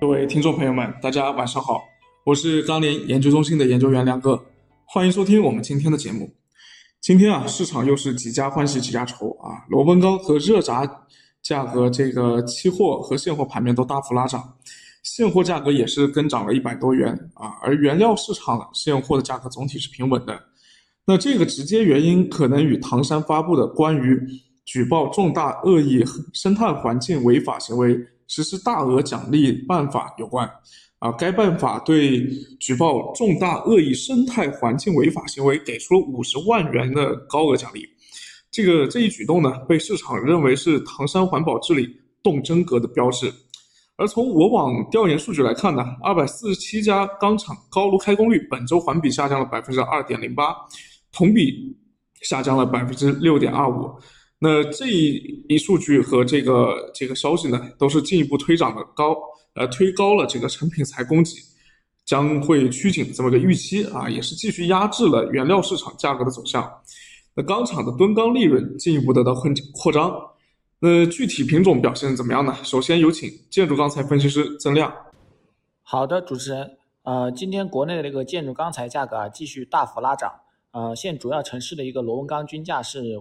各位听众朋友们，大家晚上好，我是钢联研究中心的研究员梁哥，欢迎收听我们今天的节目。今天市场又是几家欢喜几家愁啊，螺纹钢和热轧价格这个期货和现货盘面都大幅拉涨，现货价格也是跟涨了100多元啊，而原料市场现货的价格总体是平稳的。那这个直接原因可能与唐山发布的关于举报重大恶意生态环境违法行为实施大额奖励办法有关该办法对举报重大恶意生态环境违法行为给出了50万元的高额奖励。这一举动呢，被市场认为是唐山环保治理动真格的标志。而从我网调研数据来看呢，247家钢厂高炉开工率本周环比下降了 2.08%， 同比下降了 6.25%。那这一数据和这个消息呢，都是进一步推高了这个成品材供给将会趋紧这么个预期也是继续压制了原料市场价格的走向。那钢厂的吨钢利润进一步得到扩张。具体品种表现怎么样呢？首先有请建筑钢材分析师曾亮。 好的，主持人。今天国内的这个建筑钢材价格继续大幅拉涨。现主要城市的一个螺纹钢均价是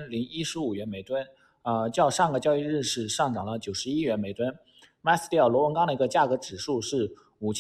5015元每吨，较上个交易日是上涨了91元每吨。MySteel 螺纹钢的一个价格指数是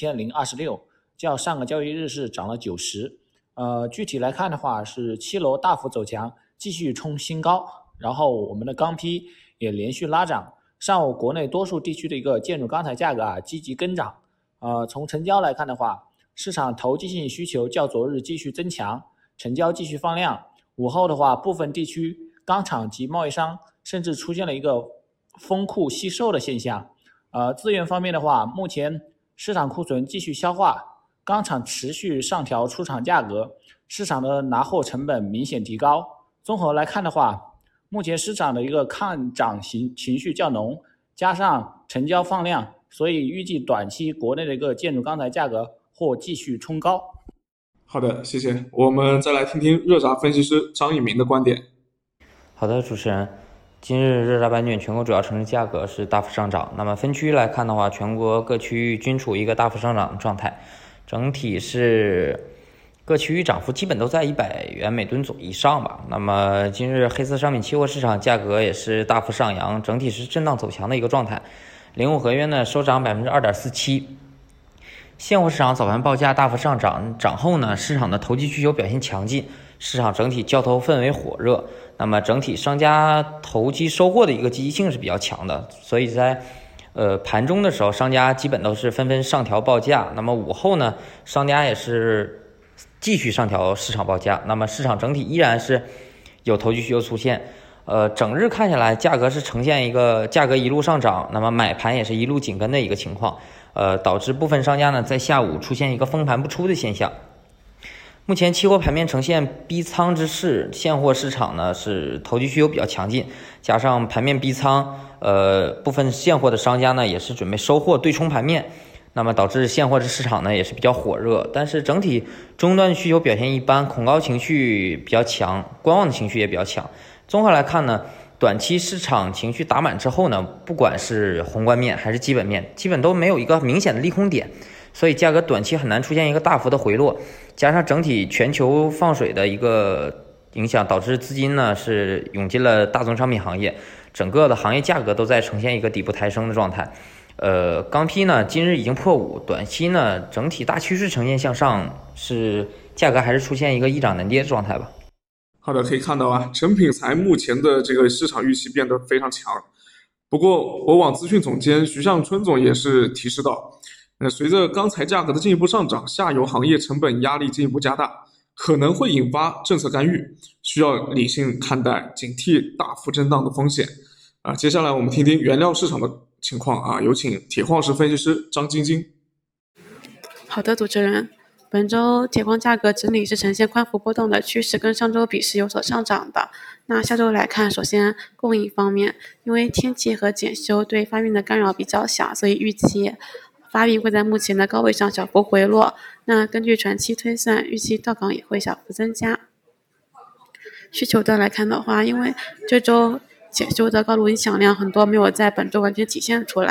5026，较上个交易日是涨了90。具体来看的话，是七楼大幅走强，继续冲新高，然后我们的钢坯也连续拉涨。上午国内多数地区的一个建筑钢材价格积极跟涨。从成交来看的话，市场投机性需求较昨日继续增强，成交继续放量。午后的话，部分地区钢厂及贸易商甚至出现了一个封库惜售的现象。资源方面的话，目前市场库存继续消化，钢厂持续上调出厂价格，市场的拿货成本明显提高。综合来看的话，目前市场的一个抗涨情绪较浓，加上成交放量，所以预计短期国内的一个建筑钢材价格或继续冲高。 好的，谢谢。我们再来听听热轧分析师张一鸣的观点。 好的，主持人。今日热轧板卷全国主要城市价格是大幅上涨。那么分区来看的话，全国各区域均处于一个大幅上涨的状态，整体是各区域涨幅基本都在100元每吨以上吧。那么今日黑色商品期货市场价格也是大幅上扬，整体是震荡走强的一个状态。05合约呢收涨 2.47%。现货市场早盘报价大幅上涨，涨后呢，市场的投机需求表现强劲，市场整体交投氛围火热。那么整体商家投机收获的一个积极性是比较强的，所以在盘中的时候，商家基本都是纷纷上调报价。那么午后呢，商家也是继续上调市场报价。那么市场整体依然是有投机需求出现。整日看下来，价格是呈现一个价格一路上涨，那么买盘也是一路紧跟的一个情况。导致部分商家呢在下午出现一个封盘不出的现象。目前期货盘面呈现逼仓之势，现货市场呢是投机需求比较强劲，加上盘面逼仓，部分现货的商家呢也是准备收货对冲盘面，那么导致现货的市场呢也是比较火热。但是整体终端需求表现一般，恐高情绪比较强，观望的情绪也比较强。综合来看呢，短期市场情绪打满之后呢，不管是宏观面还是基本面，基本都没有一个明显的利空点，所以价格短期很难出现一个大幅的回落。加上整体全球放水的一个影响，导致资金呢是涌进了大宗商品行业，整个的行业价格都在呈现一个底部抬升的状态。钢坯呢今日已经破5，短期呢整体大趋势呈现向上，是价格还是出现一个一涨难跌的状态吧。 好的，可以看到成品材目前的这个市场预期变得非常强。不过我网资讯总监徐向春总也是提示到，随着钢材价格的进一步上涨，下游行业成本压力进一步加大，可能会引发政策干预，需要理性看待，警惕大幅震荡的风险。接下来我们听听原料市场的情况有请铁矿石分析师张晶晶。 好的，主持人。本周铁矿价格整体是呈现宽幅波动的趋势，跟上周比是有所上涨的。那下周来看，首先供应方面，因为天气和检修对发运的干扰比较小，所以预期发运会在目前的高位上小幅回落。那根据船期推算，预期到港也会小幅增加。需求端来看的话，因为这周检修的高炉影响量很多没有在本周完全体现出来，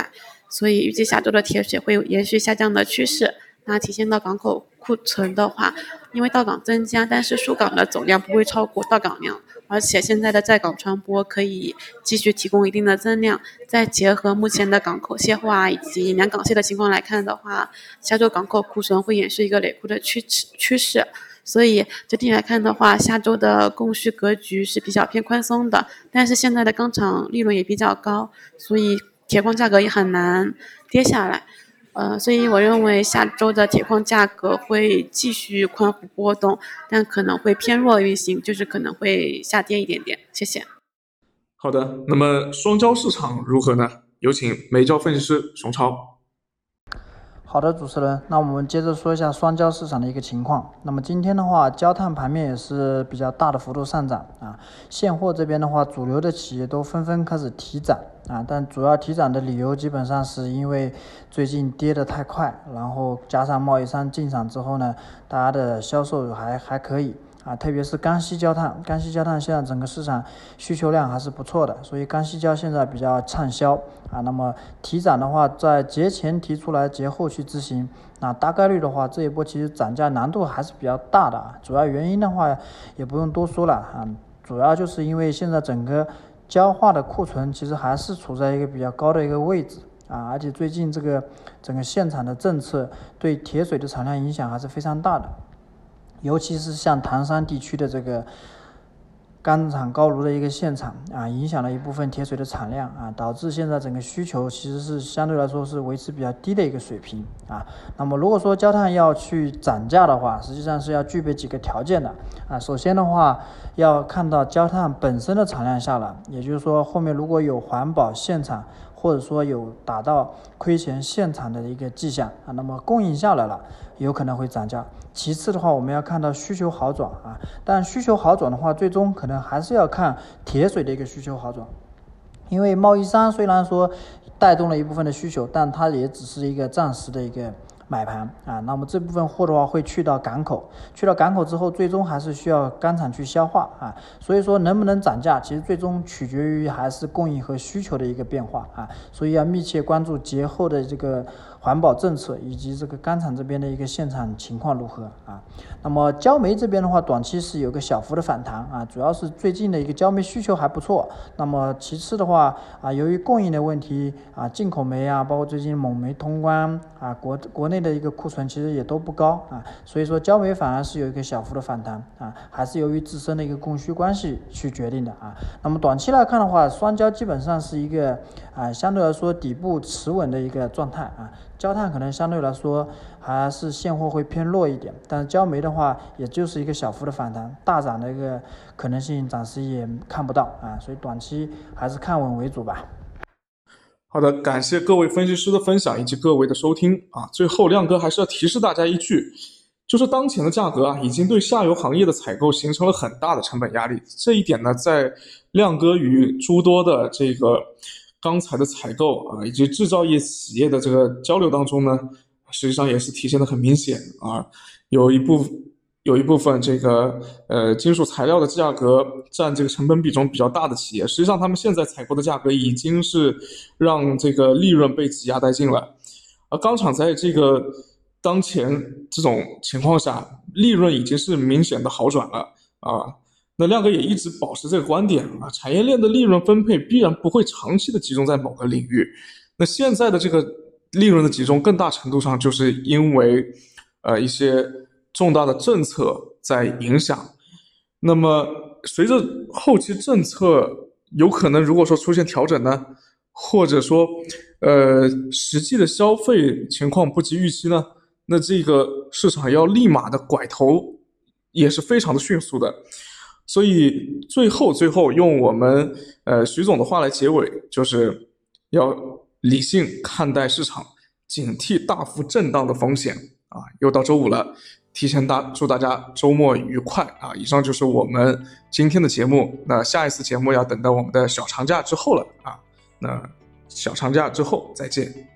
所以预计下周的铁水会延续下降的趋势。那体现到港口库存的话，因为到港增加，但是输港的总量不会超过到港量，而且现在的在港船舶可以继续提供一定的增量。再结合目前的港口蟹化以及两港蟹的情况来看的话，下周港口库存会延续一个累库的趋势。所以整体来看的话，下周的供需格局是比较偏宽松的，但是现在的钢厂利润也比较高，所以铁矿价格也很难跌下来。所以我认为下周的铁矿价格会继续宽幅波动，但可能会偏弱运行，就是可能会下跌一点点。谢谢。 好的，那么双焦市场如何呢？有请煤焦分析师熊超。 好的，主持人，那我们接着说一下双焦市场的一个情况。那么今天的话，焦炭盘面也是比较大的幅度上涨啊。现货这边的话，主流的企业都纷纷开始提涨啊，但主要提涨的理由基本上是因为最近跌得太快，然后加上贸易商进场之后呢，大家的销售还可以。特别是干稀焦炭现在整个市场需求量还是不错的，所以干稀焦现在比较畅销啊。那么提涨的话，在节前提出来，节后去执行，那大概率的话，这一波其实涨价难度还是比较大的啊。主要原因的话也不用多说了啊，主要就是因为现在整个焦化的库存其实还是处在一个比较高的一个位置啊，而且最近这个整个限产的政策对铁水的产量影响还是非常大的。尤其是像唐山地区的这个钢厂高炉的一个限产啊，影响了一部分铁水的产量啊，导致现在整个需求其实是相对来说是维持比较低的一个水平啊。那么如果说焦炭要去涨价的话，实际上是要具备几个条件的啊。首先的话，要看到焦炭本身的产量下来，也就是说后面如果有环保限产，或者说有达到亏钱限产的一个迹象啊，那么供应下来了，有可能会涨价。其次的话，我们要看到需求好转啊，但需求好转的话，最终可能还是要看铁水的一个需求好转，因为贸易商虽然说带动了一部分的需求，但它也只是一个暂时的一个买盘啊，那么这部分货的话会去到港口之后，最终还是需要钢厂去消化啊，所以说能不能涨价，其实最终取决于还是供应和需求的一个变化啊，所以要密切关注节后的这个环保政策以及这个钢厂这边的一个现场情况如何啊。那么焦煤这边的话，短期是有个小幅的反弹啊，主要是最近的一个焦煤需求还不错。那么其次的话啊，由于供应的问题啊，进口煤啊，包括最近蒙煤通关啊，国内的一个库存其实也都不高啊，所以说焦煤反而是有一个小幅的反弹啊，还是由于自身的一个供需关系去决定的啊。那么短期来看的话，双焦基本上是一个相对来说底部持稳的一个状态啊。焦炭可能相对来说还是现货会偏弱一点，但是焦煤的话也就是一个小幅的反弹，大涨的一个可能性暂时也看不到啊，所以短期还是看稳为主吧。 好的，感谢各位分析师的分享以及各位的收听啊。最后亮哥还是要提示大家一句，就是当前的价格啊，已经对下游行业的采购形成了很大的成本压力。这一点呢，在亮哥与诸多的这个钢材的采购啊，以及制造业企业的这个交流当中呢，实际上也是体现的很明显啊。有一部分这个金属材料的价格占这个成本比重比较大的企业，实际上他们现在采购的价格已经是让这个利润被挤压殆尽了。而钢厂在这个当前这种情况下，利润已经是明显的好转了啊。那亮哥也一直保持这个观点啊，产业链的利润分配必然不会长期的集中在某个领域。那现在的这个利润的集中，更大程度上就是因为一些重大的政策在影响。那么随着后期政策有可能如果说出现调整呢，或者说实际的消费情况不及预期呢，那这个市场要立马的拐头也是非常的迅速的。所以最后用我们徐总的话来结尾，就是要理性看待市场，警惕大幅震荡的风险啊！又到周五了，提前祝大家周末愉快啊！以上就是我们今天的节目，那下一次节目要等到我们的小长假之后了啊！那小长假之后再见。